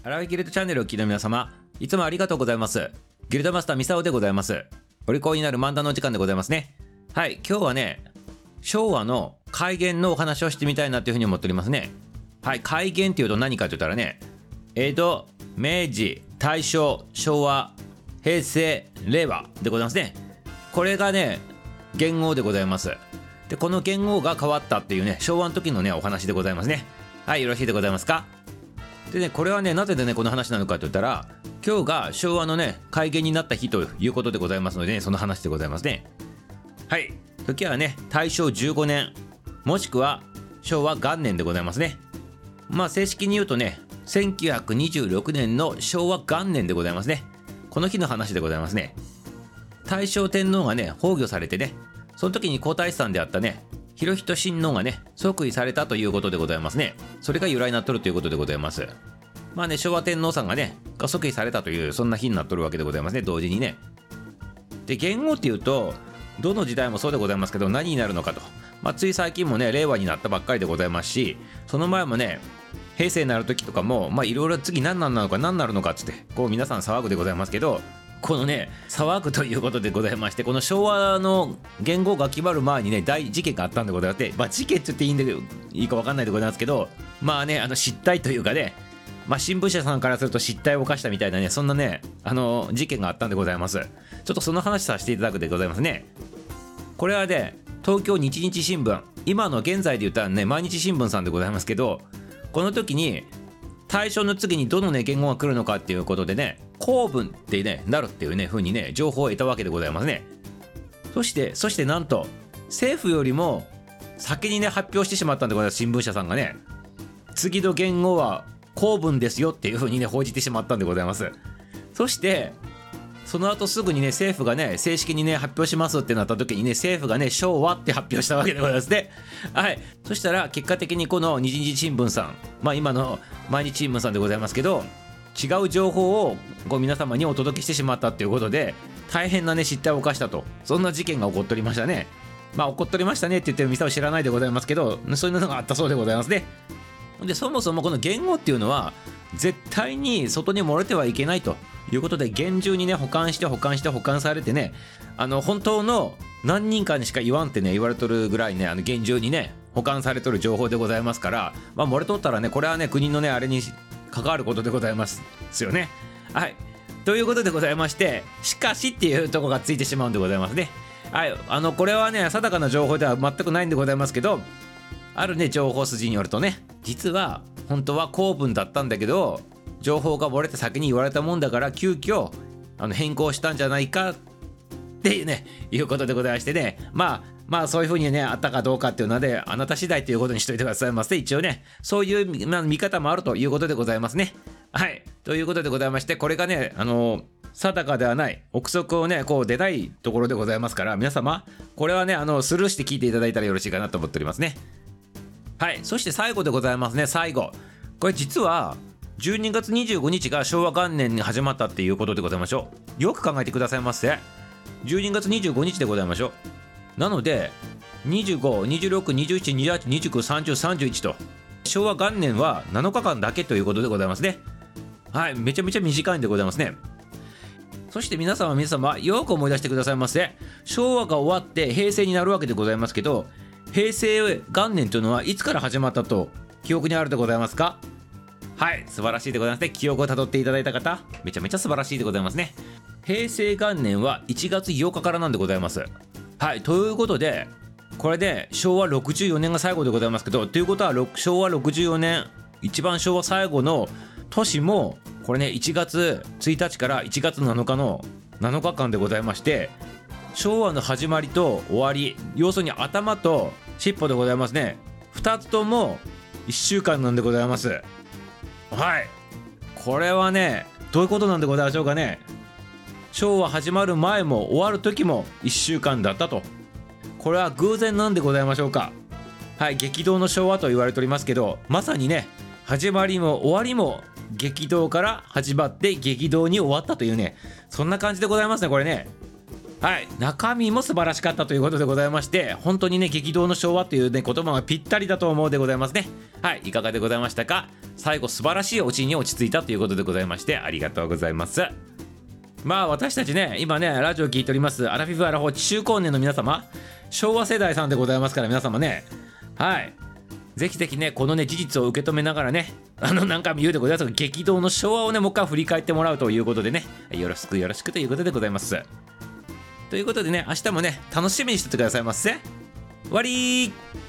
アラフィギルドチャンネルを聞いた皆様、いつもありがとうございます。ギルドマスターミサオでございます。お利口になる漫談のお時間でございますね。はい、今日はね、昭和の改元のお話をしてみたいなというふうに思っておりますね。はい、改元っていうと何かと言ったらね、江戸、明治、大正、昭和、平成、令和でございますね。これがね、元号でございます。で、この元号が変わったっていうね、昭和の時のね、お話でございますね。はい、よろしいでございますか。でね、これはね、なぜでね、この話なのかといったら、今日が昭和のね、改元になった日ということでございますのでね、その話でございますね。はい、時はね、大正15年、もしくは昭和元年でございますね。まあ、正式に言うとね、1926年の昭和元年でございますね。この日の話でございますね。大正天皇がね、崩御されてね、その時に皇太子さんであったね、裕仁親王がね、即位されたということでございますね。それが由来になっとるということでございます。まあね、昭和天皇さんがね、即位されたという、そんな日になっとるわけでございますね、同時にね。で、元号っていうと、どの時代もそうでございますけど、何になるのかと。まあ、つい最近もね、令和になったばっかりでございますし、その前もね、平成になる時とかも、まあ、いろいろ次何なのか何なるのかっつって、こう皆さん騒ぐでございますけど、このね、騒ぐということでございまして、この昭和の元号が決まる前にね、大事件があったんでございまして、まあ、事件って言っていいんでいいか分かんないでございますけど、まあね、失態というかね、まあ、新聞社さんからすると失態を犯したみたいなね、そんなね、事件があったんでございます。ちょっとその話させていただくでございますね。これはね、東京日日新聞、今の現在で言ったらね、毎日新聞さんでございますけど、この時に大正の次にどのね、元号が来るのかっていうことでね、公文ってね、なるっていうね、風にね、情報を得たわけでございますね。そしてなんと、政府よりも先にね、発表してしまったんでございます、新聞社さんがね。次の元号は公文ですよっていう風にね、報じてしまったんでございます。そしてその後すぐにね、政府がね、正式にね、発表しますってなった時にね、政府がね、昭和って発表したわけでございますね。はい。そしたら結果的にこの日日新聞さん、まあ今の毎日新聞さんでございますけど、違う情報を皆様にお届けしてしまったっていうことで、大変なね、失態を犯したと、そんな事件が起こっておりましたね。まあ起こっておりましたねって言ってる店を知らないでございますけど、そういうのがあったそうでございますね。で、そもそもこの元号っていうのは絶対に外に漏れてはいけないということで、厳重にね、保管されてね、本当の何人かにしか言わんってね、言われとるぐらいね、厳重にね、保管されとる情報でございますから、まあ漏れとったらね、これはね、国のね、あれに関わることでございますよね。はい。ということでございまして、しかしっていうところがついてしまうんでございますね。はい。これはね、定かな情報では全くないんでございますけど、あるね、情報筋によるとね、実は本当は公文だったんだけど、情報が漏れて先に言われたもんだから、急遽変更したんじゃないかっていうね、いうことでございましてね、まあそういうふうにね、あったかどうかっていうので、あなた次第ということにしといてくださいませ。一応ね、そういう、見方もあるということでございますね。はい。ということでございまして、これがね、定かではない憶測をね、こう出ないところでございますから、皆様これはね、スルーして聞いていただいたらよろしいかなと思っておりますね。はい。そして最後でございますね。最後、これ実は12月25日が昭和元年に始まったっていうことでございましょう。よく考えてくださいませ。12月25日でございましょう。なので25、26、27、28、29、30、31と、昭和元年は7日間だけということでございますね。はい。めちゃめちゃ短いんでございますね。そして皆様よく思い出してくださいませ。昭和が終わって平成になるわけでございますけど、平成元年というのはいつから始まったと記憶にあるでございますか。はい、素晴らしいでございますね。記憶をたどっていただいた方、めちゃめちゃ素晴らしいでございますね。平成元年は1月8日からなんでございます。はい。ということで、これで昭和64年が最後でございますけど、ということは昭和64年、一番昭和最後の年もこれね、1月1日から1月7日の7日間でございまして、昭和の始まりと終わり、要するに頭と尻尾でございますね。2つとも1週間なんでございます。はい。これはね、どういうことなんでございましょうかね。昭和始まる前も終わる時も1週間だったと。これは偶然なんでございましょうか。はい。激動の昭和と言われておりますけど、まさにね、始まりも終わりも激動から始まって激動に終わったというね、そんな感じでございますね、これね。はい。中身も素晴らしかったということでございまして、本当にね、激動の昭和というね、言葉がぴったりだと思うでございますね。はい。いかがでございましたか。 最後素晴らしいオチに落ち着いたということでございまして、ありがとうございます。まあ私たちね、今ねラジオ聞いておりますアラフィフアラフォー中高年の皆様、昭和世代さんでございますから、皆様ね、はいぜひぜひねこのね事実を受け止めながらね、何回も言うでございますが、激動の昭和をねもう一回振り返ってもらうということでね、よろしくよろしくということでございます。ということでね、明日もね楽しみにしててくださいませ。終わりー。